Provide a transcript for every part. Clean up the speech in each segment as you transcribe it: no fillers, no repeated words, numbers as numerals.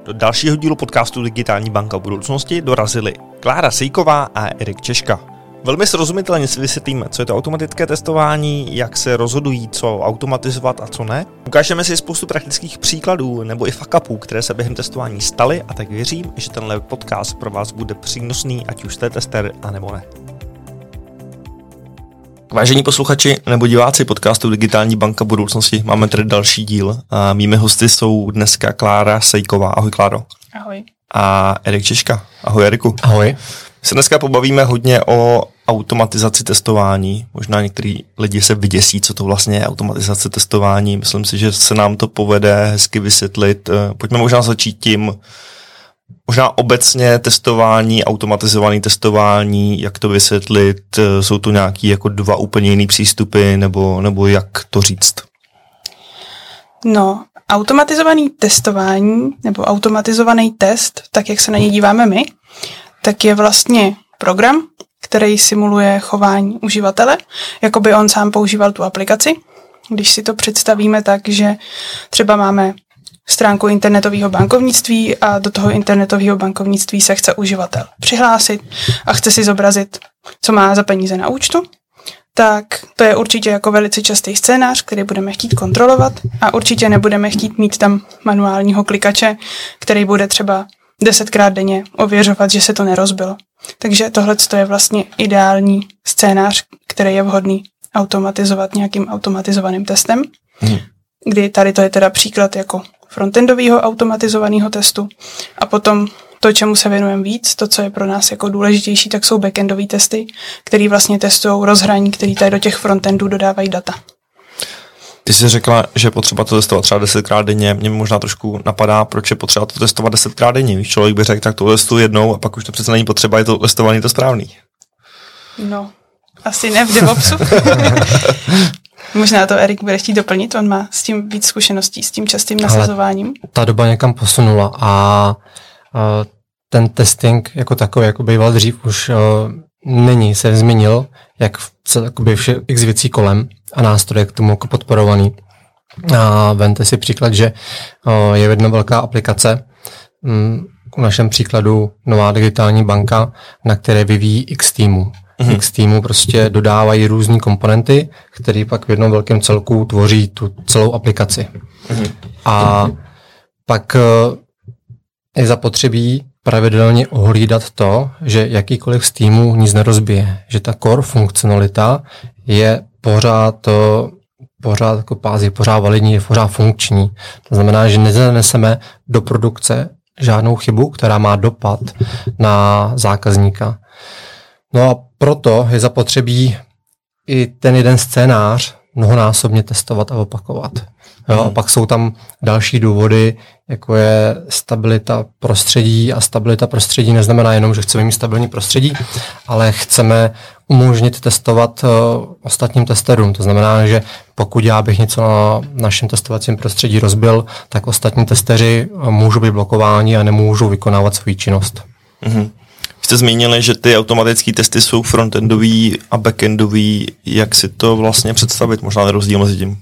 Do dalšího dílu podcastu Digitální banka budoucnosti dorazili Klára Sejková a Erik Češka. Velmi srozumitelně si vysvětlíme, co je to automatické testování, jak se rozhodují, co automatizovat a co ne. Ukážeme si spoustu praktických příkladů nebo i fuck-upů, které se během testování staly, a tak věřím, že tenhle podcast pro vás bude přínosný, ať už jste tester, anebo ne. Vážení posluchači nebo diváci podcastu Digitální banka budoucnosti, máme tady další díl. A mými hosty jsou dneska Klára Sejková. Ahoj, Kláro. Ahoj. A Erik Češka. Ahoj, Eriku. Ahoj. My se dneska pobavíme hodně o automatizaci testování. Možná některý lidi se vyděsí, co to vlastně je automatizace testování. Myslím si, že se nám to povede hezky vysvětlit. Pojďme možná začít tím, možná obecně testování, automatizované testování, jak to vysvětlit, jsou to nějaký jako dva úplně jiný přístupy, nebo jak to říct? No, automatizovaný testování nebo automatizovaný test, tak jak se na něj díváme my, tak je vlastně program, který simuluje chování uživatele, jako by on sám používal tu aplikaci. Když si to představíme tak, že třeba máme stránku internetového bankovnictví a do toho internetového bankovnictví se chce uživatel přihlásit a chce si zobrazit, co má za peníze na účtu, tak to je určitě jako velice častý scénář, který budeme chtít kontrolovat a určitě nebudeme chtít mít tam manuálního klikače, který bude třeba 10krát denně ověřovat, že se to nerozbilo. Takže tohle je vlastně ideální scénář, který je vhodný automatizovat nějakým automatizovaným testem, kdy tady to je teda příklad jako frontendového automatizovaného testu a potom to, čemu se věnujeme víc, to, co je pro nás jako důležitější, tak jsou backendové testy, které vlastně testují rozhraní, které tady do těch frontendů dodávají data. Ty jsi řekla, že je potřeba to testovat třeba 10krát denně. Mě možná trošku napadá, proč je potřeba to testovat 10krát denně. Víš, člověk by řekl, tak to testuji jednou a pak už to přece není potřeba, je to testovaný, to správný. No, asi ne v DevOpsu. Možná to Erik bude chtít doplnit, on má s tím víc zkušeností, s tím častým nasazováním. Ale ta doba někam posunula a ten testing jako takový, jako býval dřív, už není, se změnil, jak se vše x věcí kolem a nástroje k tomu jako podporovaný. A vemte si příklad, že je jedna velká aplikace, u našem příkladu nová digitální banka, na které vyvíjí x týmů. X týmů prostě dodávají různý komponenty, které pak v jednom velkém celku tvoří tu celou aplikaci. A pak je zapotřebí pravidelně ohlídat to, že jakýkoliv z týmů nic nerozbije. Že ta core funkcionalita je pořád jako pázy, pořád validní, je pořád funkční. To znamená, že nezaneseme do produkce žádnou chybu, která má dopad na zákazníka. No a proto je zapotřebí i ten jeden scénář mnohonásobně testovat a opakovat. Jo, a pak jsou tam další důvody, jako je stabilita prostředí, a stabilita prostředí neznamená jenom, že chceme mít stabilní prostředí, ale chceme umožnit testovat ostatním testerům. To znamená, že pokud já bych něco na našem testovacím prostředí rozbil, tak ostatní testeři můžou být blokováni a nemůžou vykonávat svou činnost. Jste zmínili, že ty automatické testy jsou frontendový a backendový. Jak si to vlastně představit? Možná rozdíl mezi tím.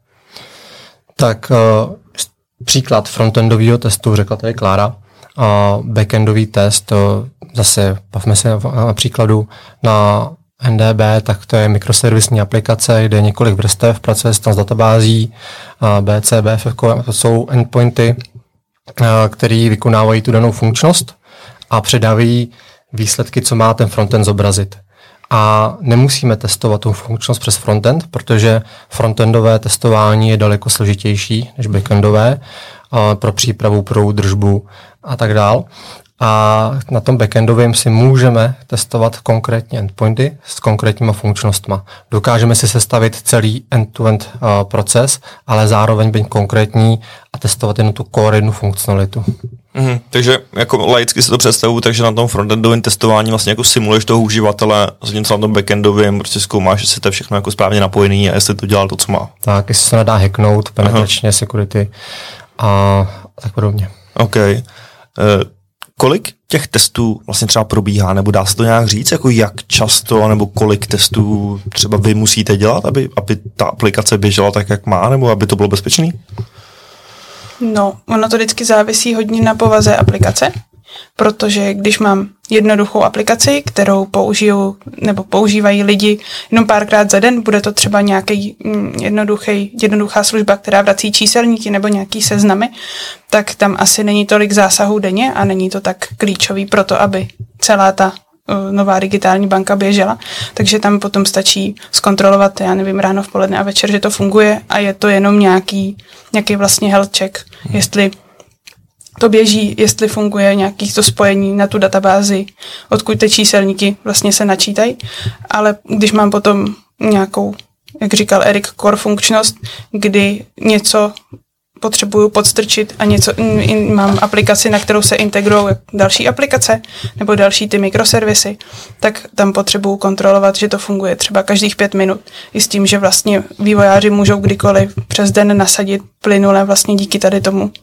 Tak příklad frontendového testu řekla tady Klára. Backendový test, zase bavme se na příkladu na NDB, tak to je mikroservisní aplikace, kde je několik vrstev, pracuje se tam s databází, BC, BFF, to jsou endpointy, které vykonávají tu danou funkčnost a předávají výsledky, co má ten frontend zobrazit. A nemusíme testovat tu funkčnost přes frontend, protože frontendové testování je daleko složitější než backendové pro přípravu, pro údržbu a tak dál. A na tom backendovém si můžeme testovat konkrétní endpointy s konkrétníma funkčnostma. Dokážeme si sestavit celý end-to-end proces, ale zároveň být konkrétní a testovat jenom tu core, jednu funkcionalitu. Takže jako laicky se to představuju, takže na tom frontendovém testování vlastně jako simuluješ toho uživatele, zatímco na tom backendovém prostě zkoumáš, jestli to je všechno jako správně napojený a jestli to dělá to, co má. Tak, jestli se nedá hacknout, penetračně, security a tak podobně. OK. Kolik těch testů vlastně třeba probíhá, nebo dá se to nějak říct, jako jak často, nebo kolik testů třeba vy musíte dělat, aby ta aplikace běžela tak, jak má, nebo aby to bylo bezpečný? No, ono to vždycky závisí hodně na povaze aplikace, protože když mám jednoduchou aplikaci, kterou použiju nebo používají lidi jenom párkrát za den, bude to třeba nějaký jednoduchá služba, která vrací číselníky nebo nějaký seznamy, tak tam asi není tolik zásahů denně a není to tak klíčový pro to, aby celá ta nová digitální banka běžela, takže tam potom stačí zkontrolovat, já nevím, ráno, v poledne a večer, že to funguje a je to jenom nějaký vlastně health check, jestli to běží, jestli funguje nějaký to spojení na tu databázi, odkud ty číselníky vlastně se načítají, ale když mám potom nějakou, jak říkal Erik, core funkčnost, kdy něco potřebuju podstrčit a mám aplikaci, na kterou se integrují další aplikace nebo další ty mikroservisy, tak tam potřebuju kontrolovat, že to funguje třeba každých 5 minut. I s tím, že vlastně vývojáři můžou kdykoliv přes den nasadit plynule vlastně díky tady tomu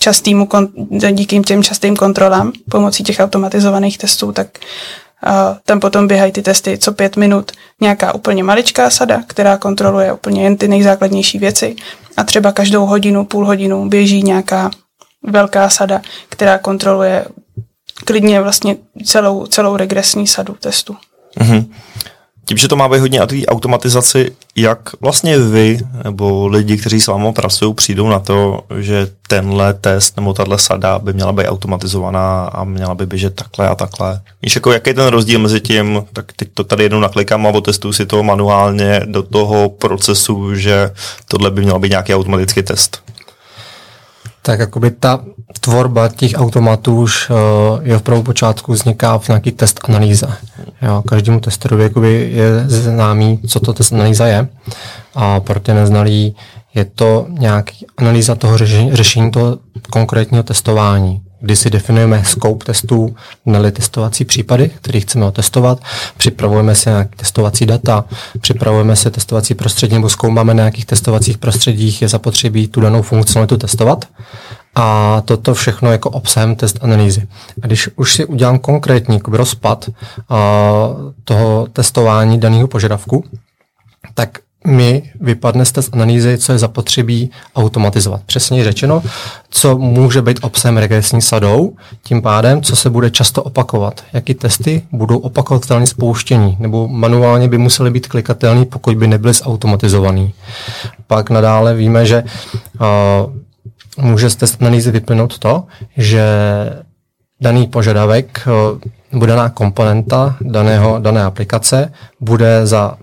díky těm častým kontrolám pomocí těch automatizovaných testů, tak tam potom běhají ty testy co 5 minut, nějaká úplně maličká sada, která kontroluje úplně jen ty nejzákladnější věci a třeba každou hodinu, půl hodinu běží nějaká velká sada, která kontroluje klidně vlastně celou regresní sadu testů. Mm-hmm. Tím, že to má být hodně a té automatizaci, jak vlastně vy nebo lidi, kteří s vámi pracují, přijdou na to, že tenhle test nebo tahle sada by měla být automatizovaná a měla by běžet takhle a takhle. Víš, jako jaký je ten rozdíl mezi tím, tak teď to tady jednou naklikám a otestuju si to manuálně do toho procesu, že tohle by měl být nějaký automatický test. Tak jakoby ta tvorba těch automatů už je v prvopočátku vzniká v nějaký test analýza. Jo, každému testerovi jakoby je známý, co to test analýza je. A pro ty neznalí je to nějaký analýza toho řešení toho konkrétního testování, kdy si definujeme scope testů, měli testovací případy, které chceme otestovat, připravujeme si nějaké testovací data, připravujeme si testovací prostředí nebo zkoumáme na nějakých testovacích prostředích, je zapotřebí tu danou funkcionalitu testovat. A toto všechno jako obsahem test analýzy. A když už si udělám konkrétní rozpad toho testování daného požadavku, tak mi vypadne z test analýzy, co je zapotřebí automatizovat. Přesně řečeno, co může být obsahem regresní sadou, tím pádem, co se bude často opakovat. Jaký testy budou opakovatelné spouštění, nebo manuálně by musely být klikatelné, pokud by nebyly zautomatizovaný. Pak nadále víme, že může z test analýzy vyplynout to, že daný požadavek nebo daná komponenta dané aplikace bude za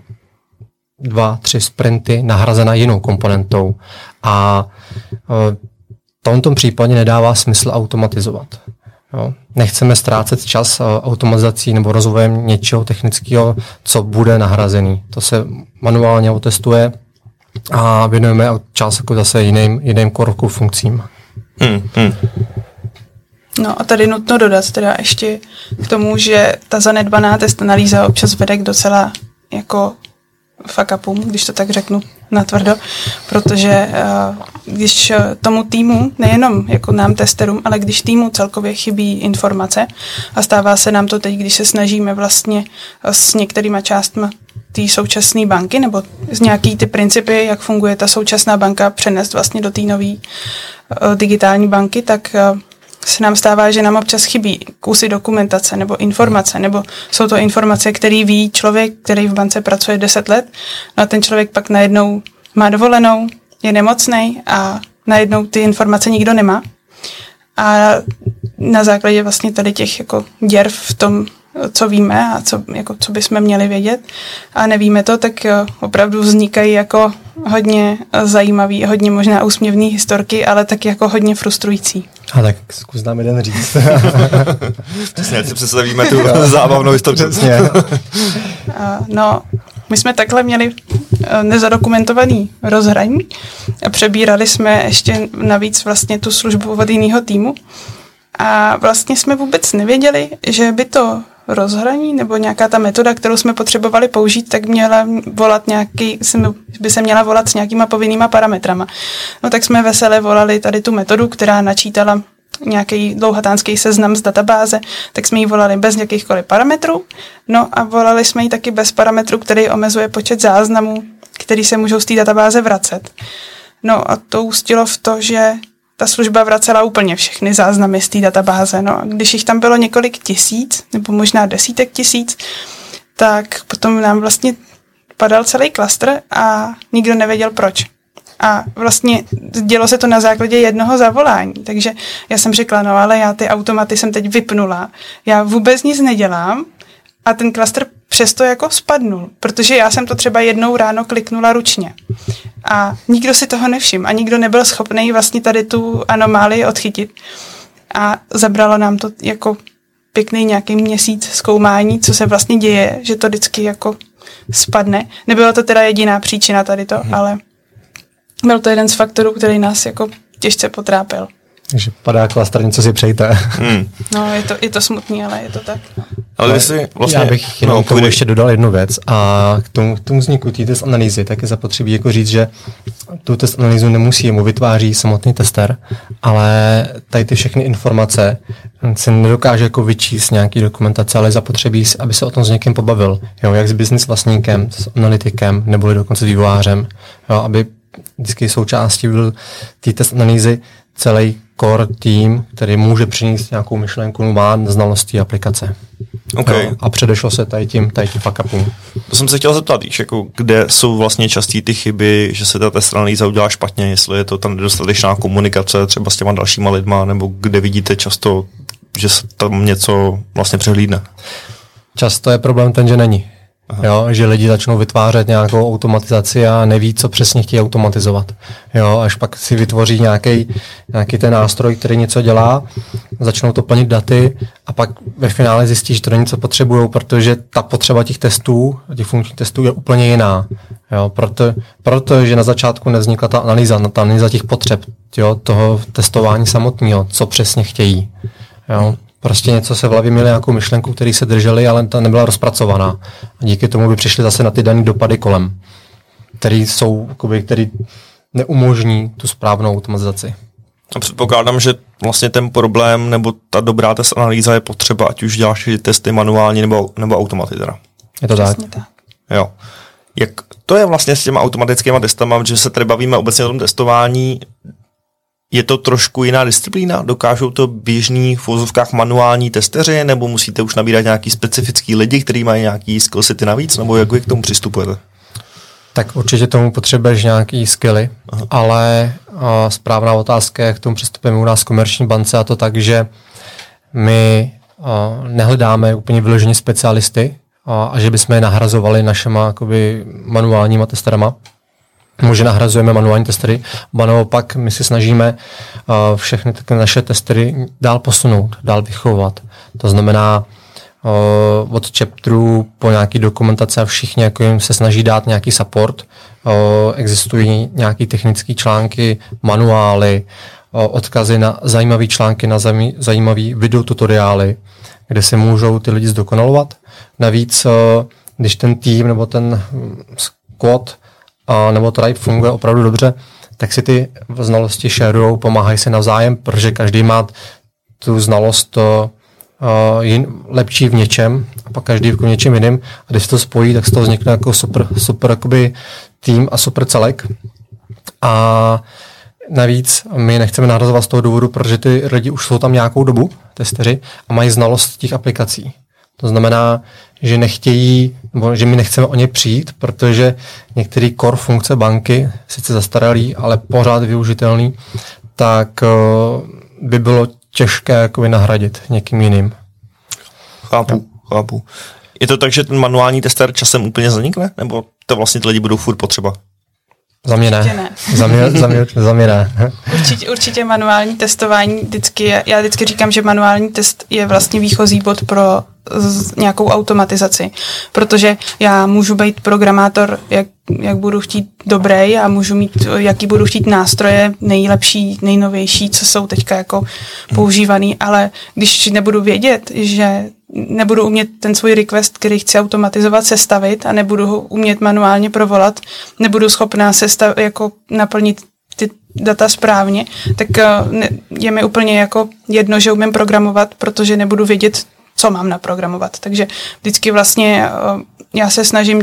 2-3 sprinty nahrazena jinou komponentou. A v tomto případě nedává smysl automatizovat. Jo. Nechceme ztrácet čas automatizací nebo rozvojem něčeho technického, co bude nahrazený. To se manuálně otestuje a věnujeme čas jako zase jiným core funkcím. No a tady nutno dodat teda ještě k tomu, že ta zanedbaná test analýza občas vede k docela jako fuck upům, když to tak řeknu natvrdo, protože když tomu týmu, nejenom jako nám testerům, ale když týmu celkově chybí informace a stává se nám to teď, když se snažíme vlastně s některýma částmi té současné banky nebo z nějaký ty principy, jak funguje ta současná banka, přenést vlastně do té nové digitální banky, tak se nám stává, že nám občas chybí kusy dokumentace nebo informace, nebo jsou to informace, které ví člověk, který v bance pracuje 10 let, no a ten člověk pak najednou má dovolenou, je nemocnej a najednou ty informace nikdo nemá. A na základě vlastně tady těch jako děr v tom, co víme a co bychom měli vědět a nevíme to, tak opravdu vznikají jako hodně zajímavý, hodně možná úsměvný historky, ale tak jako hodně frustrující. A tak zkus nám jeden říct. Přesně, ať si představíme tu zábavnou historku. Přesně. No, my jsme takhle měli nezadokumentovaný rozhraní a přebírali jsme ještě navíc vlastně tu službu od jiného týmu a vlastně jsme vůbec nevěděli, že by to rozhraní nebo nějaká ta metoda, kterou jsme potřebovali použít, tak by se měla volat s nějakýma povinnýma parametrama. No tak jsme veselé volali tady tu metodu, která načítala nějaký dlouhatánský seznam z databáze, tak jsme ji volali bez jakýchkoliv parametrů. No a volali jsme ji taky bez parametru, který omezuje počet záznamů, který se můžou z té databáze vracet. No a to ústilo v to, že ta služba vracela úplně všechny záznamy z té databáze. No, když jich tam bylo několik tisíc, nebo možná desítek tisíc, tak potom nám vlastně padal celý klastr a nikdo nevěděl proč. A vlastně dělo se to na základě jednoho zavolání. Takže já jsem řekla, no ale já ty automaty jsem teď vypnula. Já vůbec nic nedělám a ten klastr přesto jako spadnul, protože já jsem to třeba jednou ráno kliknula ručně. A nikdo si toho nevšiml a nikdo nebyl schopný vlastně tady tu anomálii odchytit. A zabralo nám to jako pěkný nějaký měsíc zkoumání, co se vlastně děje, že to vždycky jako spadne. Nebyla to teda jediná příčina tady to, ale byl to jeden z faktorů, který nás jako těžce potrápil. Takže padá klastr, něco si přejte. No, je to smutný, ale je to tak. Ale si vlastně, já bych jenom k tomu ještě dodal jednu věc a k tomu vzniku té test analýzy, tak je zapotřebí jako říct, že tu test analýzu nemusí, mu vytváří samotný tester, ale tady ty všechny informace se nedokáže jako vyčíst nějaký dokumentace, ale zapotřebí, aby se o tom s někým pobavil. Jo, jak s business vlastníkem, s analytikem, nebo dokonce s vývojářem, jo, aby vždycky součástí byl té test analýzy celý core tým, který může přinést nějakou myšlenku, má znalostí aplikace. Okay. No, a předešlo se tady tím fuck upům. To jsem se chtěl zeptat, jako kde jsou vlastně častý ty chyby, že se ta test analýza udělá špatně, jestli je to tam nedostatečná komunikace třeba s těma dalšíma lidma, nebo kde vidíte často, že se tam něco vlastně přehlídne? Často je problém ten, že není. Jo, že lidi začnou vytvářet nějakou automatizaci a neví, co přesně chtějí automatizovat. Jo, až pak si vytvoří nějaký ten nástroj, který něco dělá, začnou to plnit daty a pak ve finále zjistí, že to není, co potřebují, protože ta potřeba těch testů, těch funkčních testů je úplně jiná. Jo, protože na začátku nevznikla ta analýza těch potřeb, jo, toho testování samotného, co přesně chtějí. Jo. Prostě něco se v hlavě měli nějakou myšlenku, který se drželi, ale ta nebyla rozpracovaná. A díky tomu by přišli zase na ty dané dopady kolem, který neumožní tu správnou automatizaci. A předpokládám, že vlastně ten problém nebo ta dobrá test analýza je potřeba, ať už děláš testy manuálně nebo automaty teda. Je to tak? Jo. Jak to je vlastně s těma automatickými testama, že se tady bavíme obecně o tom testování, je to trošku jiná disciplína? Dokážou to běžní v uvozovkách manuální testeři, nebo musíte už nabírat nějaký specifický lidi, kteří mají nějaký skillsety navíc, nebo jak vy k tomu přistupujete? Tak určitě tomu potřebuješ nějaký skilly, ale správná otázka je, jak k tomu přistupujeme u nás v Komerční bance, a to tak, že my nehledáme úplně vyloženě specialisty a že bychom je nahrazovali našima jakoby manuálníma testerama. Může nahrazujeme manuální testery, a naopak my si snažíme všechny naše testery dál posunout, dál vychovat. To znamená od chapterů po nějaký dokumentace a všichni jako jim se snaží dát nějaký support. Existují nějaké technické články, manuály, odkazy na zajímavé články, na zajímavé videotutoriály, kde se můžou ty lidi zdokonalovat. Navíc, když ten tým nebo ten squad nebo tribe funguje opravdu dobře, tak si ty znalosti sharujou, pomáhají se navzájem, protože každý má tu znalost lepší v něčem a pak každý v něčem jiným. A když se to spojí, tak z toho vznikne jako super jakoby tým a super celek. A navíc my nechceme nahrazovat z toho důvodu, protože ty lidi už jsou tam nějakou dobu, testeři, a mají znalost těch aplikací. To znamená, že nechtějí, nebo že my nechceme o ně přijít, protože některé core funkce banky, sice zastaralý, ale pořád využitelný, tak by bylo těžké jakoby nahradit někým jiným. Chápu. Je to tak, že ten manuální tester časem úplně zanikne? Nebo to vlastně ty lidi budou furt potřeba? Za mě ne. Za mě ne. Určitě manuální testování já vždycky říkám, že manuální test je vlastně výchozí bod pro nějakou automatizaci, protože já můžu být programátor, jak budu chtít dobrý, a můžu mít, jaký budu chtít nástroje, nejlepší, nejnovější, co jsou teďka jako používaný, ale když nebudu vědět, že nebudu umět ten svůj request, který chci automatizovat, sestavit a nebudu ho umět manuálně provolat, nebudu schopná jako naplnit ty data správně, tak je mi úplně jako jedno, že umím programovat, protože nebudu vědět, co mám naprogramovat. Takže vždycky vlastně já se snažím dělat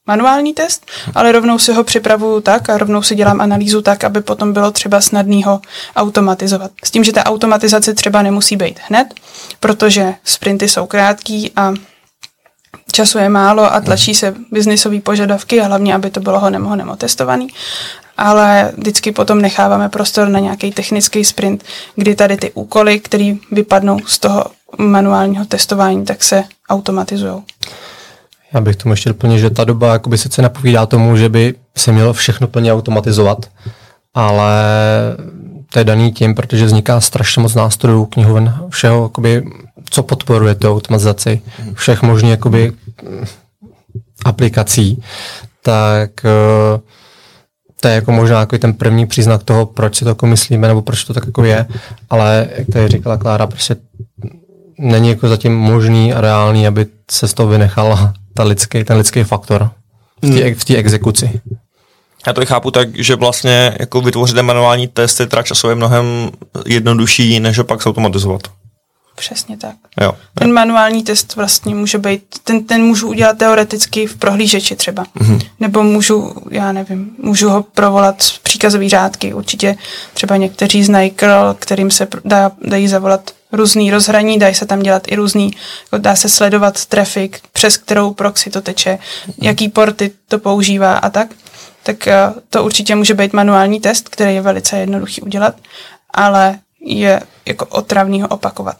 manuální test, ale rovnou si ho připravuju tak a rovnou si dělám analýzu tak, aby potom bylo třeba snadný ho automatizovat. S tím, že ta automatizace třeba nemusí být hned, protože sprinty jsou krátký a času je málo a tlačí se biznisové požadavky a hlavně, aby to bylo honem otestovaný. Ale vždycky potom necháváme prostor na nějaký technický sprint, kdy tady ty úkoly, které vypadnou z toho manuálního testování, tak se automatizují. Já bych tomu ještě doplnil, že ta doba jakoby sice napovídá tomu, že by se mělo všechno plně automatizovat, ale to je daný tím, protože vzniká strašně moc nástrojů, knihoven, všeho, jakoby, co podporuje tu automatizaci, všech možných jakoby, aplikací, tak to je jako možná jako ten první příznak toho, proč si to jako myslíme, nebo proč to tak jako je, ale jak tady říkala Klára, prostě není jako zatím možný a reálný, aby se z toho vynechal ten lidský faktor v té exekuci. Já to chápu tak, že vlastně jako vytvořit manuální test je teda časově mnohem jednodušší, než ho pak automatizovat. Přesně tak. Jo. Ten manuální test vlastně může být, ten můžu udělat teoreticky v prohlížeči třeba. Nebo můžu ho provolat z příkazové řádky. Určitě třeba někteří znají curl, kterým se dají zavolat různý rozhraní, dají se tam dělat i různý, dá se sledovat trafik, přes kterou proxy to teče, jaký porty to používá a tak. Tak to určitě může být manuální test, který je velice jednoduchý udělat, ale je jako otravný ho opakovat.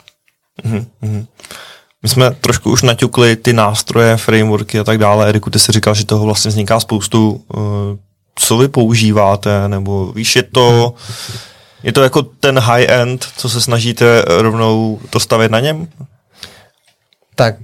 My jsme trošku už naťukli ty nástroje, frameworky a tak dále. Eriku, ty jsi říkal, že toho vlastně vzniká spoustu. Co vy používáte? Nebo víš, je to jako ten high-end, co se snažíte rovnou to stavět na něm? Tak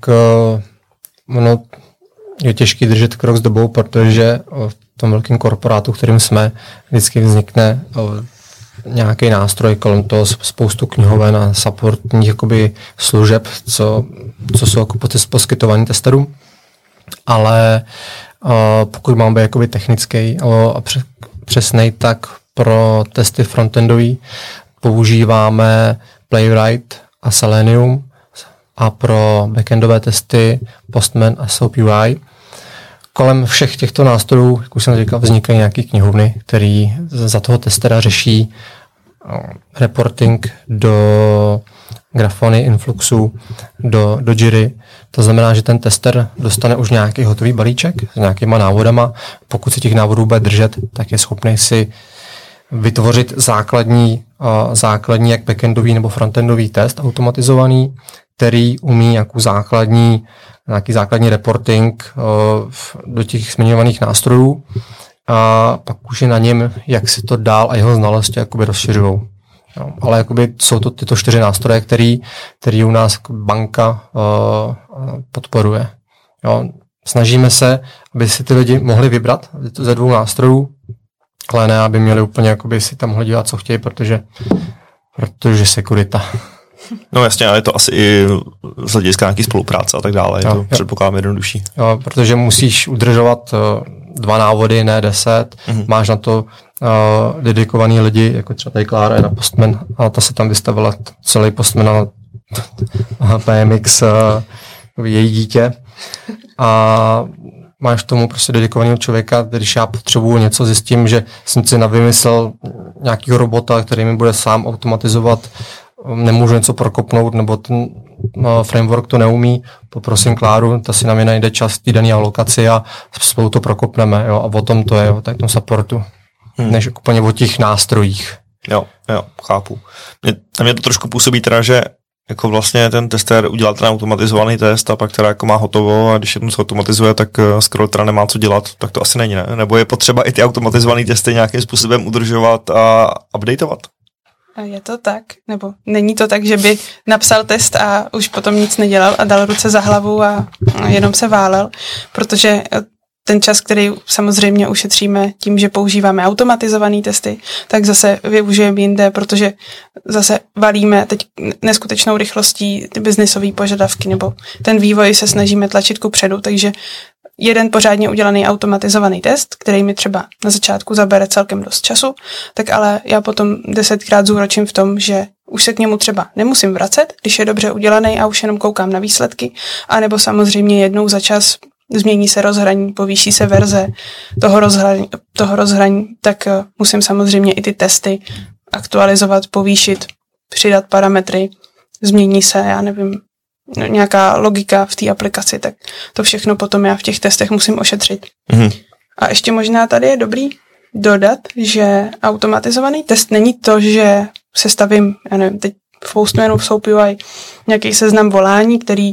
ono je těžký držet krok s dobou, protože v tom velkém korporátu, kterým jsme, vždycky vznikne nějaký nástroj, kolem toho spoustu knihoven a supportních jakoby služeb, co jsou jako poskytování testerů. Ale pokud mám být jakoby technický a přesnej, tak pro testy frontendový používáme Playwright a Selenium a pro backendové testy Postman a SoapUI. Kolem všech těchto nástrojů, jak už jsem říkal, vznikají nějaké knihovny, které za toho testera řeší reporting do Grafony, Influxu, do Jiry. To znamená, že ten tester dostane už nějaký hotový balíček s nějakýma návodama. Pokud si těch návodů bude držet, tak je schopný si vytvořit základní jak backendový nebo frontendový test automatizovaný, který umí nějaký základní reporting do těch zmiňovaných nástrojů a pak už je na něm, jak si to dál a jeho znalosti jakoby rozšiřujou. Jo, ale jakoby jsou to tyto 4 nástroje, který u nás banka podporuje. Jo, snažíme se, aby si ty lidi mohli vybrat ze 2 nástrojů, ale ne, aby měli úplně jakoby si tam mohli dělat, co chtějí, protože sekurita. No jasně, ale je to asi i z hlediska nějaký spolupráce a tak dále, je to předpokládám jednodušší. Jo, protože musíš udržovat 2 návody, ne 10, máš na to dedikovaný lidi, jako třeba tady Klára je na Postman a ta se tam vystavila celý Postman a PMX, její dítě a máš tomu prostě dedikovaného člověka, když já potřebuju něco, zjistím, že jsem si navymyslel nějakého robota, který mi bude sám automatizovat, nemůžu něco prokopnout, nebo ten framework to neumí, poprosím Kláru, ta si na mě najde čas té dané alokaci a spolu to prokopneme, jo, a o tom to je, o tom supportu, než úplně o těch nástrojích. Jo, chápu. Mě to trošku působí teda, že jako vlastně ten tester udělá ten automatizovaný test a pak teda jako má hotovo a když jednou se automatizuje, tak skoro teda nemá co dělat, tak to asi není, ne? Nebo je potřeba i ty automatizované testy nějakým způsobem udržovat a updateovat? Je to tak, nebo není to tak, že by napsal test a už potom nic nedělal a dal ruce za hlavu a jenom se válel, protože ten čas, který samozřejmě ušetříme tím, že používáme automatizované testy, tak zase využijeme jinde, protože zase valíme teď neskutečnou rychlostí ty biznisové požadavky, nebo ten vývoj se snažíme tlačit kupředu, takže jeden pořádně udělaný automatizovaný test, který mi třeba na začátku zabere celkem dost času, tak ale já potom 10krát zúročím v tom, že už se k němu třeba nemusím vracet, když je dobře udělaný a už jenom koukám na výsledky, anebo samozřejmě jednou za čas změní se rozhraní, povýší se verze toho rozhraní, tak musím samozřejmě i ty testy aktualizovat, povýšit, přidat parametry, změní se, já nevím, nějaká logika v té aplikaci, tak to všechno potom já v těch testech musím ošetřit. A ještě možná tady je dobrý dodat, že automatizovaný test není to, že sestavím, já nevím, teď v Postmanu v SoapUI nějaký seznam volání, který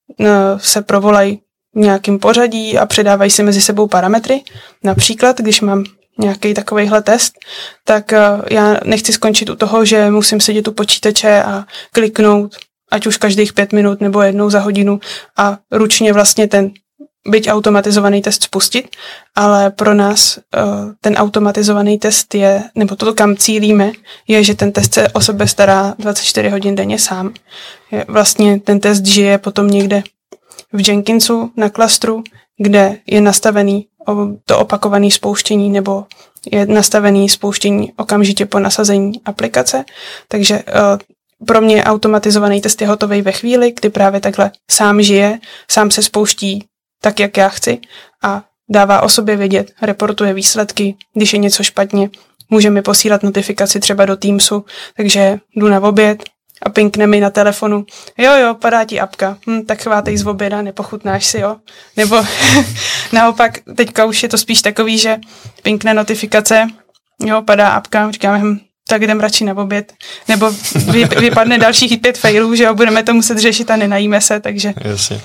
se provolají v nějakým pořadí a předávají si mezi sebou parametry. Například, když mám nějaký takovejhle test, tak já nechci skončit u toho, že musím sedět u počítače a kliknout, ať už každých 5 minut nebo jednou za hodinu a ručně vlastně ten byť automatizovaný test spustit, ale pro nás ten automatizovaný test je, nebo to, kam cílíme, je, že ten test se o sebe stará 24 hodin denně sám. Vlastně ten test žije potom někde v Jenkinsu na klastru, kde je nastavený to opakované spouštění nebo je nastavený spouštění okamžitě po nasazení aplikace. Takže pro mě automatizovaný test je hotový ve chvíli, kdy právě takhle sám žije, sám se spouští tak, jak já chci a dává o sobě vědět, reportuje výsledky, když je něco špatně, může mi posílat notifikaci třeba do Teamsu, takže jdu na oběd a pinkne mi na telefonu, jo, padá ti apka, tak chvátej z oběda, nepochutnáš si, jo. Nebo naopak, teďka už je to spíš takový, že pinkne notifikace, jo, padá apka, říkáme, tak jdem radši na oběd, nebo vypadne dalších 5 failů, že jo, budeme to muset řešit a nenajíme se, takže... Jasně.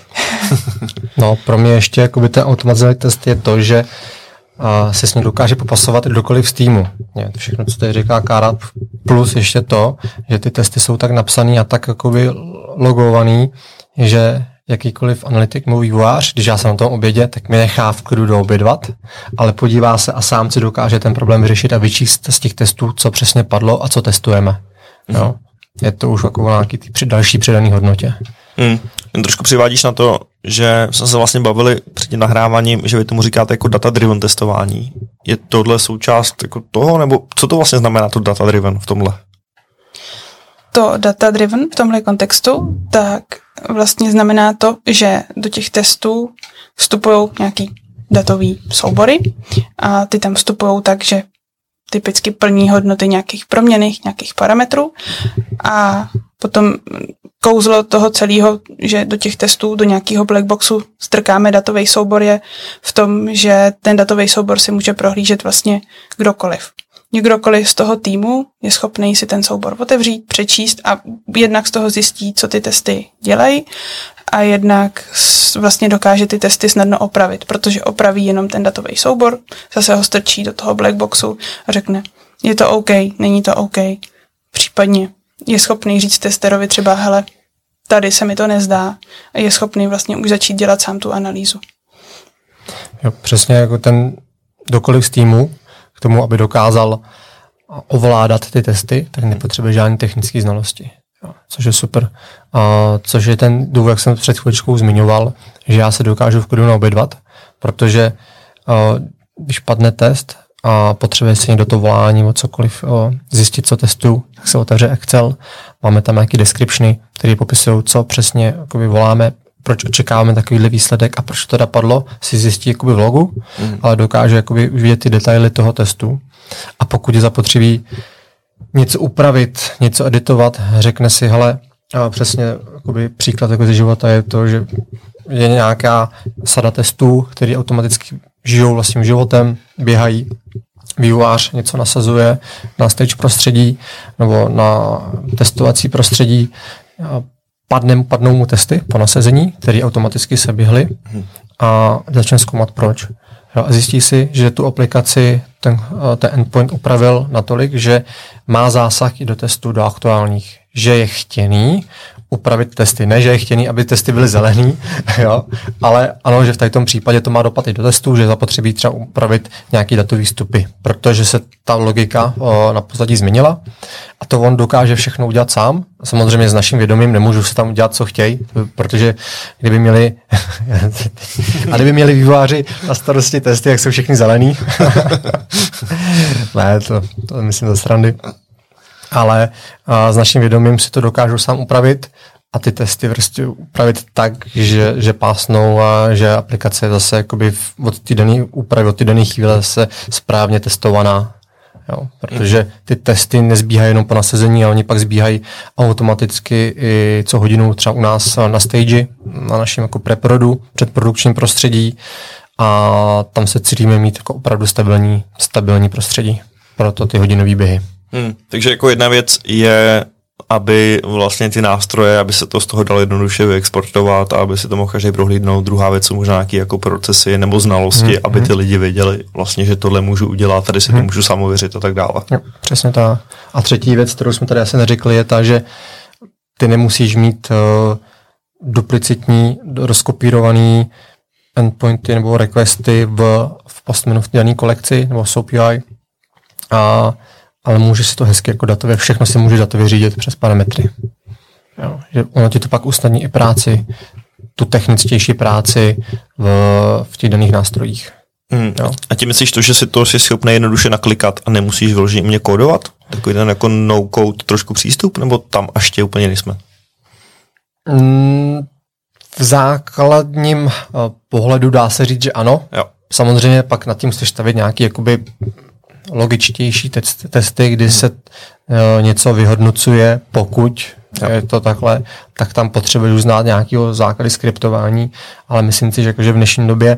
No, pro mě ještě jakoby ten automatizovaný test je to, že se s ním dokáže popasovat kdokoliv z týmu. To všechno, co tady říká Kára, plus ještě to, že ty testy jsou tak napsaný a tak jakoby logovaný, že jakýkoliv analytik, můj vývojář, když já jsem na tom obědě, tak mi nechá v klidu doobědvat, ale podívá se a sám si dokáže ten problém vyřešit a vyčíst z těch testů, co přesně padlo a co testujeme. No. Je to už jako nějaký další přidaný hodnotě. Trošku přivádíš na to, že jsme se vlastně bavili před tím nahráváním, že vy tomu říkáte jako data-driven testování. Je tohle součást jako toho, nebo co to vlastně znamená to data-driven v tomhle? To data-driven v tomhle kontextu, tak vlastně znamená to, že do těch testů vstupují nějaký datový soubory a ty tam vstupují tak, že typicky plní hodnoty nějakých proměnných, nějakých parametrů a potom kouzlo toho celého, že do těch testů, do nějakého blackboxu strkáme datový soubor je v tom, že ten datový soubor si může prohlížet vlastně kdokoliv. Někdokoliv z toho týmu je schopný si ten soubor otevřít, přečíst a jednak z toho zjistí, co ty testy dělají a jednak vlastně dokáže ty testy snadno opravit, protože opraví jenom ten datový soubor, zase ho strčí do toho blackboxu a řekne, je to OK, není to OK. Případně je schopný říct testerovi třeba, hele, tady se mi to nezdá a je schopný vlastně už začít dělat sám tu analýzu. Jo, přesně jako ten kdokoliv z týmu, k tomu, aby dokázal ovládat ty testy, tak nepotřebuje žádné technické znalosti. Jo, což je super. Což je ten důvod, jak jsem před chvíličkou zmiňoval, že já se dokážu v klidu naobědvat, protože když padne test a potřebuje si někdo to volání o cokoliv zjistit, co testuju, tak se otevře Excel, máme tam nějaké descriptiony, které popisují, co přesně voláme, proč očekáváme takovýhle výsledek a proč to dopadlo, si zjistí v logu, ale dokáže vidět ty detaily toho testu. A pokud je zapotřebí něco upravit, něco editovat, řekne si, hele, přesně příklad ze života je to, že je nějaká sada testů, které automaticky žijou vlastním životem, běhají, vývojář něco nasazuje na stage prostředí nebo na testovací prostředí, padnou mu testy po nasazení, které automaticky se běhly a začne zkoumat proč. A zjistí si, že tu aplikaci ten endpoint upravil natolik, že má zásah i do testů, do aktuálních, že je chtěný upravit testy. Ne, že je chtěný, aby testy byly zelený, jo, ale ano, že v tom případě to má dopad i do testů, že zapotřebí třeba upravit nějaký datový vstupy, protože se ta logika na pozadí změnila a to on dokáže všechno udělat sám. Samozřejmě s naším vědomím nemůžu se tam udělat, co chtějí, protože kdyby měli vývojáři na starosti testy, jak jsou všichni zelený. Ne, to myslím za srandy. Ale s naším vědomím si to dokážu sám upravit a ty testy prostě upravit tak, že pásnou a že aplikace je zase jakoby od té dané úpravy, od té dané chvíle zase správně testovaná. Jo, protože ty testy nezbíhají jenom po nasazení, ale oni pak zbíhají automaticky i co hodinu třeba u nás na stage, na našem jako preprodu, předprodukčním prostředí a tam se cítíme mít jako opravdu stabilní prostředí pro to ty hodinové běhy. Takže jako jedna věc je, aby vlastně ty nástroje, aby se to z toho dalo jednoduše vyexportovat a aby si to mohl každý prohlídnout. Druhá věc jsou možná nějaké jako procesy nebo znalosti, aby ty lidi věděli vlastně, že tohle můžu udělat, tady si to můžu sám ověřit a tak dále. Jo, přesně tak. A třetí věc, kterou jsme tady asi neřekli, je ta, že ty nemusíš mít duplicitní, rozkopírovaný endpointy nebo requesty v Postmanu v dané kolekci nebo v SoapUI, ale můžeš si to hezky jako datově, všechno si můžeš datově řídit přes parametry. Jo, že ono ti to pak usnadní i práci, tu techničtější práci v těch daných nástrojích. A tím myslíš to, že si to jsi schopný jednoduše naklikat a nemusíš vyloženě mě kódovat? Takový ten jako no-code trošku přístup, nebo tam až tě úplně nejsme? V základním pohledu dá se říct, že ano. Jo. Samozřejmě pak nad tím musíš stavit nějaký jakoby logičtější testy, kdy se něco vyhodnocuje, pokud je to takhle, tak tam potřebuješ znát nějakého základy skriptování, ale myslím si, že v dnešní době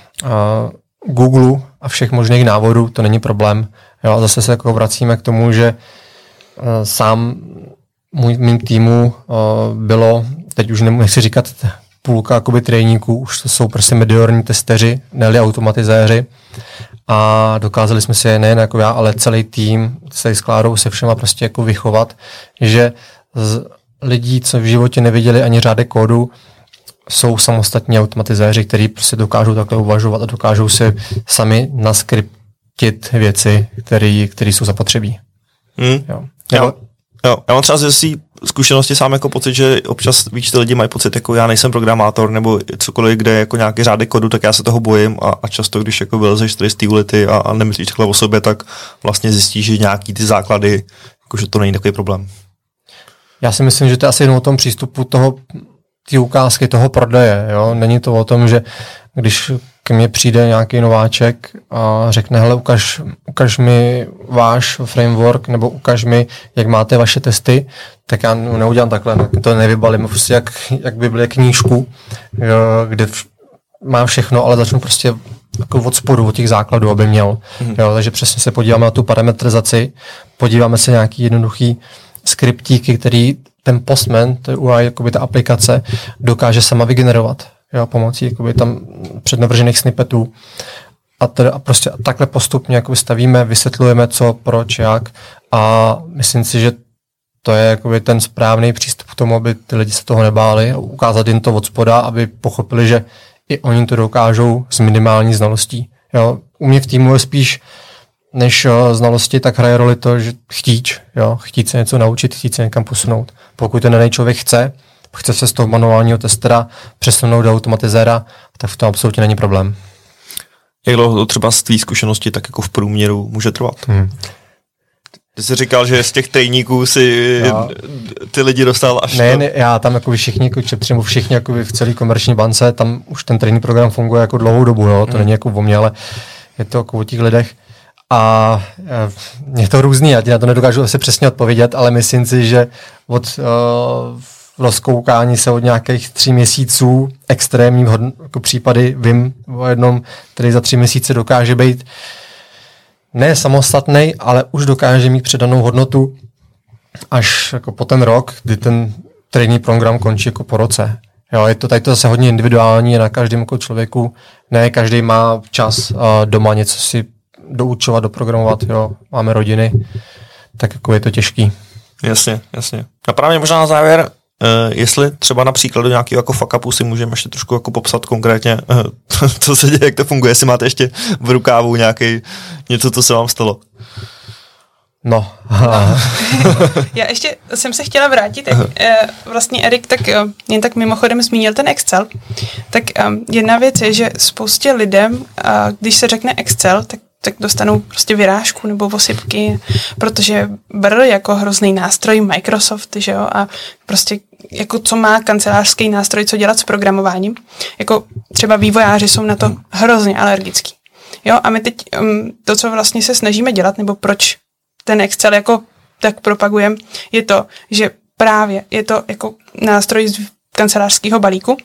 Google a všech možných návodů to není problém. Jo, a zase se jako vracíme k tomu, že sám mým týmu bylo, teď už nechci říkat půlka jakoby tréníků, už to jsou prostě mediorní testeři, ne-li automatizéři, a dokázali jsme si nejen jako já, ale celý tým, celý s Klárou se všema prostě jako vychovat, že z lidí, co v životě neviděli ani řádek kódu, jsou samostatní automatizéři, kteří prostě dokážou takhle uvažovat a dokážou si sami naskriptit věci, které jsou zapotřebí. Jo. Já mám třeba ze svý zkušenosti sám jako pocit, že občas víc ty lidi mají pocit, jako já nejsem programátor nebo cokoliv, kde je jako nějaký řádek kodu, tak já se toho bojím a často, když jako vylezeš z té ulity a nemyslíš takhle o sobě, tak vlastně zjistíš, že nějaký ty základy, jakože to není takový problém. Já si myslím, že to je asi jenom o tom přístupu té ukázky, toho prodeje. Jo? Není to o tom, že když ke mně přijde nějaký nováček a řekne, hele, ukaž mi váš framework nebo ukaž mi, jak máte vaše testy, tak já neudělám takhle, to nevybalím, prostě jak by byly knížku, kde má všechno, ale začnu prostě jako od spodu, od těch základů, aby měl. Jo, takže přesně se podíváme na tu parametrizaci, podíváme se nějaký jednoduchý skriptíky, který ten Postman, to je UI, jakoby ta aplikace, dokáže sama vygenerovat. Jo, pomocí jakoby tam přednavržených snippetů. A prostě takhle postupně jakoby stavíme, vysvětlujeme co, proč, jak. A myslím si, že to je jakoby ten správný přístup k tomu, aby ty lidi se toho nebáli a ukázat jim to od spoda, aby pochopili, že i oni to dokážou s minimální znalostí. Jo, u mě v týmu je spíš než znalosti, tak hraje roli to, že chtít se něco naučit, chtít se někam posunout. Pokud ten daný člověk chce se z toho manuálního testera přesunout do automatizéra, tak v tom absolutně není problém. Jak dlouho to třeba z tvý zkušenosti tak jako v průměru může trvat? Ty jsi říkal, že z těch tréníků si ty lidi dostal až Ne, já tam jako všichni jako v celé komerční bance, tam už ten trénink program funguje jako dlouhou dobu, jo? To není jako o mě, ale je to jako o těch lidech. A je to různý, já ti na to nedokážu asi přesně odpovědět, ale myslím si, že od rozkoukání se od nějakých 3 měsíců extrémních jako případy vím o jednom, který za 3 měsíce dokáže být ne samostatný, ale už dokáže mít předanou hodnotu až jako po ten rok, kdy ten trénink program končí jako po roce. Jo, je to tady to zase hodně individuální, je na každém jako člověku, ne každý má čas doma něco si doučovat, doprogramovat, jo, máme rodiny, tak jako je to těžký. Jasně. A právě možná na závěr, jestli třeba na příkladu nějakého jako fuck upu si můžeme ještě trošku jako popsat konkrétně, co se děje, jak to funguje, jestli máte ještě v rukávu něco, co se vám stalo. No. Já ještě jsem se chtěla vrátit, jak vlastně Erik jen tak mimochodem zmínil ten Excel. Tak jedna věc je, že spoustě lidem, když se řekne Excel, tak tak dostanou prostě vyrážku nebo osypky, protože BR jako hrozný nástroj Microsoft, že jo, a prostě jako co má kancelářský nástroj, co dělat s programováním, jako třeba vývojáři jsou na to hrozně alergický. Jo, a my teď to, co vlastně se snažíme dělat, nebo proč ten Excel jako tak propagujeme, je to, že právě je to jako nástroj z kancelářského balíku,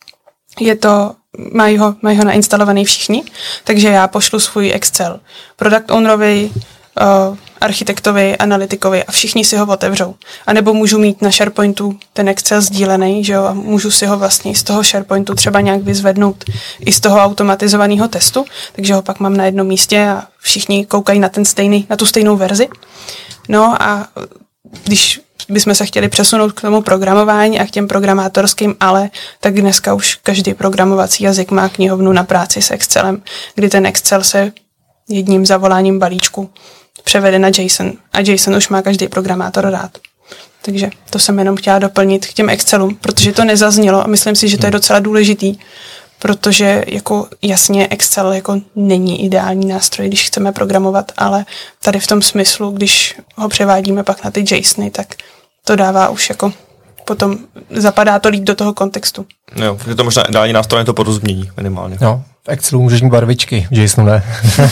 mají ho nainstalovaný všichni, takže já pošlu svůj Excel product ownerovi, architektovi, analytikovi a všichni si ho otevřou. A nebo můžu mít na SharePointu ten Excel sdílený, že jo, a můžu si ho vlastně z toho SharePointu třeba nějak vyzvednout i z toho automatizovaného testu, takže ho pak mám na jednom místě a všichni koukají na tu stejnou verzi. No a když bychom se chtěli přesunout k tomu programování a k těm programátorským, tak dneska už každý programovací jazyk má knihovnu na práci s Excelem, kdy ten Excel se jedním zavoláním balíčku převede na JSON a JSON už má každý programátor rád. Takže to jsem jenom chtěla doplnit k těm Excelům, protože to nezaznělo a myslím si, že to je docela důležitý, protože jako jasně Excel jako není ideální nástroj, když chceme programovat, ale tady v tom smyslu, když ho převádíme pak na ty JSONy, tak to dává už jako potom zapadá to líp do toho kontextu. Jo, protože to možná ideální nástroj je to porozumění minimálně. Jo, v Excelu můžeš mít barvičky, v JSONu ne.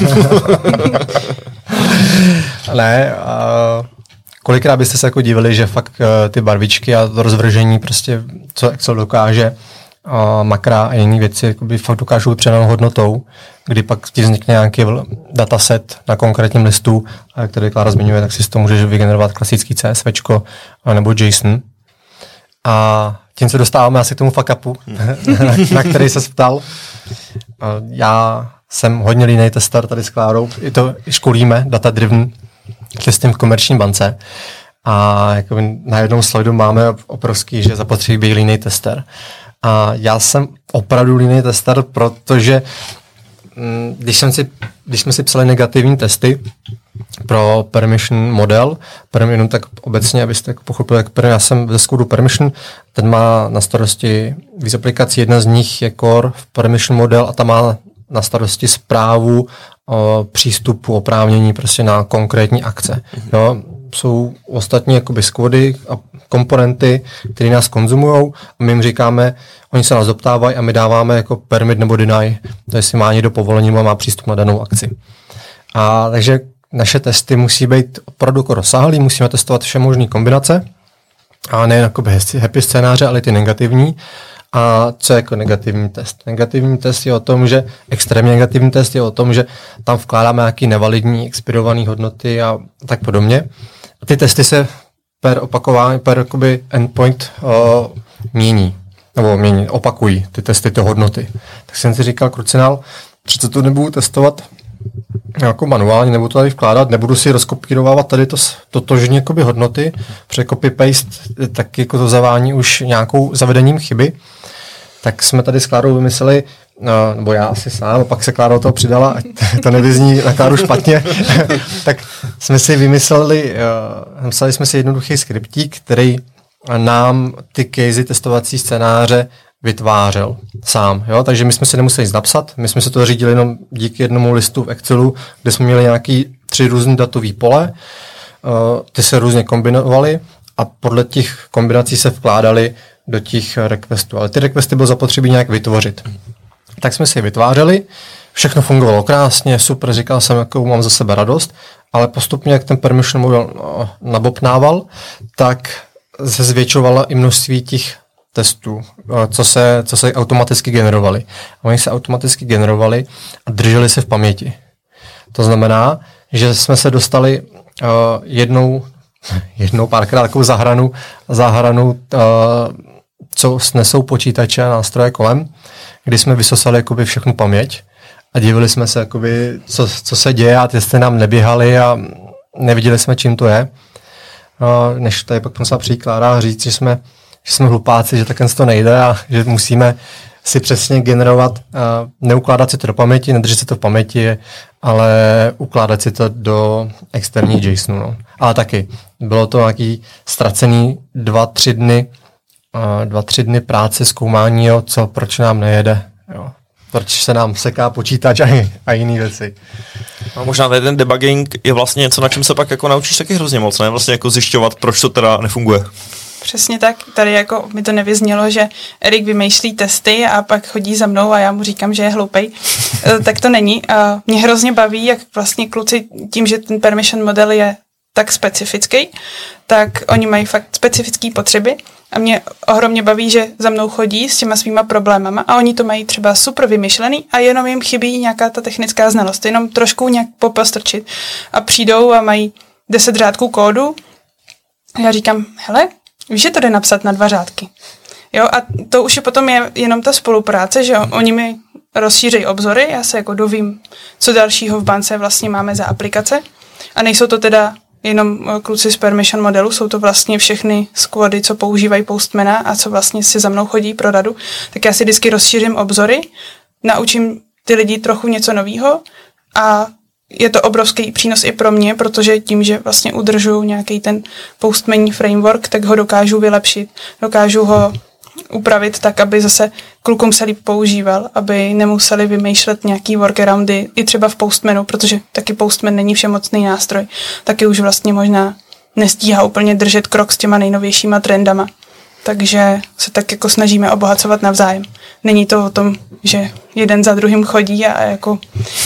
Ne, kolikrát byste se jako divili, že fakt ty barvičky a to rozvržení prostě, co Excel dokáže, makra a jiné věci jakoby fakt dokážou přenou hodnotou, kdy pak ti vznikne nějaký dataset na konkrétním listu, který Klára zmiňuje, tak si z toho můžeš vygenerovat klasický CSVčko nebo JSON. A tím se dostáváme asi k tomu fuck upu, na který se ptal. Já jsem hodně línej tester tady s Klárou, i to školíme, data-driven testing v komerční bance. A na jednom slajdu máme obrovský, že zapotřebí být línej tester. A já jsem opravdu línej tester, protože když jsme si psali negativní testy pro permission model, jenom tak obecně, abyste pochopili, já jsem ze Skodu permission, ten má na starosti víc aplikací, jedna z nich je core permission model a ta má na starosti správu přístupu, oprávnění prostě na konkrétní akce. Jo, jsou ostatní jakoby skvody a komponenty, které nás konzumujou a my jim říkáme, oni se nás doptávají a my dáváme jako permit nebo deny, to jestli má někdo povolení a má přístup na danou akci. A takže naše testy musí být opravdu rozsáhlý, musíme testovat vše možné kombinace a nejen jakoby happy scénáře, ale ty negativní. A co je jako negativní test? Negativní test je o tom, že extrémně negativní test je o tom, že tam vkládáme nějaké nevalidní, expirované hodnoty a tak podobně. A ty testy se per opakování, per jakoby endpoint mění, opakují ty testy, ty hodnoty. Tak jsem si říkal, krucinál, přece to nebudu testovat jako manuálně, nebudu to tady vkládat, nebudu si rozkopírovávat tady totožně jakoby hodnoty, protože copy-paste tak jako to zavání už nějakou zavedením chyby. Tak jsme tady s Klárou vymysleli, nebo já asi sám, a pak se Klára do toho přidala, ať to nevyzní na Kláru špatně, tak jsme si vymysleli, napsali jsme si jednoduchý skriptík, který nám ty casey testovací scénáře vytvářel sám. Jo? Takže my jsme si nemuseli nic napsat, my jsme se to řídili jenom díky jednomu listu v Excelu, kde jsme měli nějaký 3 různý datový pole, ty se různě kombinovaly a podle těch kombinací se vkládaly do těch requestů. Ale ty requesty bylo zapotřebí nějak vytvořit. Tak jsme si je vytvářeli, všechno fungovalo krásně, super, říkal jsem, jakou mám za sebe radost, ale postupně, jak ten permission model nabopnával, tak se zvětšovala i množství těch testů, co se automaticky generovaly. Oni se automaticky generovali a drželi se v paměti. To znamená, že jsme se dostali jednou párkrát takovou zahranu co snesou počítače a nástroje kolem, kdy jsme vysosali jakoby všechnu paměť a divili jsme se, jakoby, co se děje a ty jste nám neběhali a neviděli jsme, čím to je. Než tady pak musela přijít Klára a říct, že jsme hlupáci, že takhle to nejde a že musíme si přesně generovat, neukládat si to do paměti, nedržet si to v paměti, ale ukládat si to do externí JSONu. No. Ale taky bylo to nějaký ztracený 2-3 dny práce, zkoumání, proč nám nejede. Jo. proč se nám seká počítač a jiné věci. No, možná ten debugging je vlastně něco, na čem se pak jako naučíš taky hrozně moc, ne? Vlastně jako zjišťovat, proč to teda nefunguje. Přesně tak. Tady jako mi to nevyznělo, že Erik vymýšlí testy a pak chodí za mnou a já mu říkám, že je hloupej. Tak to není. Mě hrozně baví, jak vlastně kluci tím, že ten permission model je tak specifický, tak oni mají fakt specifické potřeby a mě ohromně baví, že za mnou chodí s těma svýma problémama a oni to mají třeba super vymyšlený a jenom jim chybí nějaká ta technická znalost, jenom trošku nějak popostrčit a přijdou a mají 10 řádků kódu a já říkám, hele, víš, že to jde napsat na 2 řádky. Jo, a to už je potom jenom ta spolupráce, že oni mi rozšíří obzory, já se jako dovím, co dalšího v bance vlastně máme za aplikace a nejsou to teda jenom kluci z permission modelu, jsou to vlastně všechny squady, co používají Postmana a co vlastně si za mnou chodí pro radu, tak já si vždycky rozšířím obzory, naučím ty lidi trochu něco nového a je to obrovský přínos i pro mě, protože tím, že vlastně udržuju nějaký ten postmanní framework, tak ho dokážu vylepšit, dokážu ho upravit tak, aby zase klukům se líp používal, aby nemuseli vymýšlet nějaký workaroundy i třeba v Postmanu, protože taky Postman není všemocný nástroj, taky už vlastně možná nestíhá úplně držet krok s těma nejnovějšíma trendama. Takže se tak jako snažíme obohacovat navzájem. Není to o tom, že jeden za druhým chodí a jako...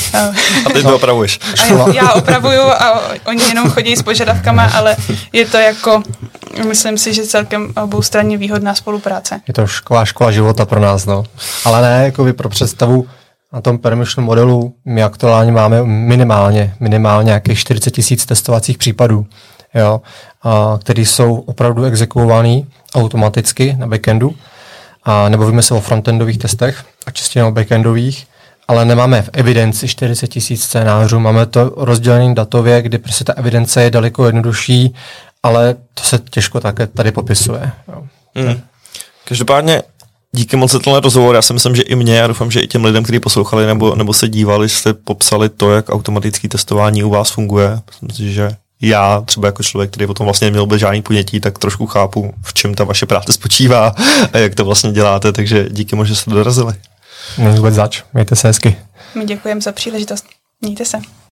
A ty to opravuješ. Já opravuju a oni jenom chodí s požadavkama, ale je to jako, myslím si, že celkem oboustranně výhodná spolupráce. Je to škola života pro nás, no. Ale ne, jako vy pro představu na tom permission modelu, my aktuálně máme minimálně nějakých 40 000 testovacích případů, jo, který jsou opravdu exekuovaný automaticky na backendu. A nebavíme se o frontendových testech a čistě o backendových, ale nemáme v evidenci 40 000 scénářů, máme to rozdělený datově, kdy prostě ta evidence je daleko jednodušší, ale to se těžko také tady popisuje. Jo. Každopádně díky moc za tenhle rozhovor, já si myslím, že i mě, a doufám, že i těm lidem, kteří poslouchali nebo se dívali, jste popsali to, jak automatické testování u vás funguje. Myslím si, že já třeba jako člověk, který o tom vlastně neměl vůbec žádný ponětí, tak trošku chápu, v čem ta vaše práce spočívá a jak to vlastně děláte, takže díky moc, že jste dorazili. Není vůbec zač, mějte se hezky. My děkujeme za příležitost. Mějte se.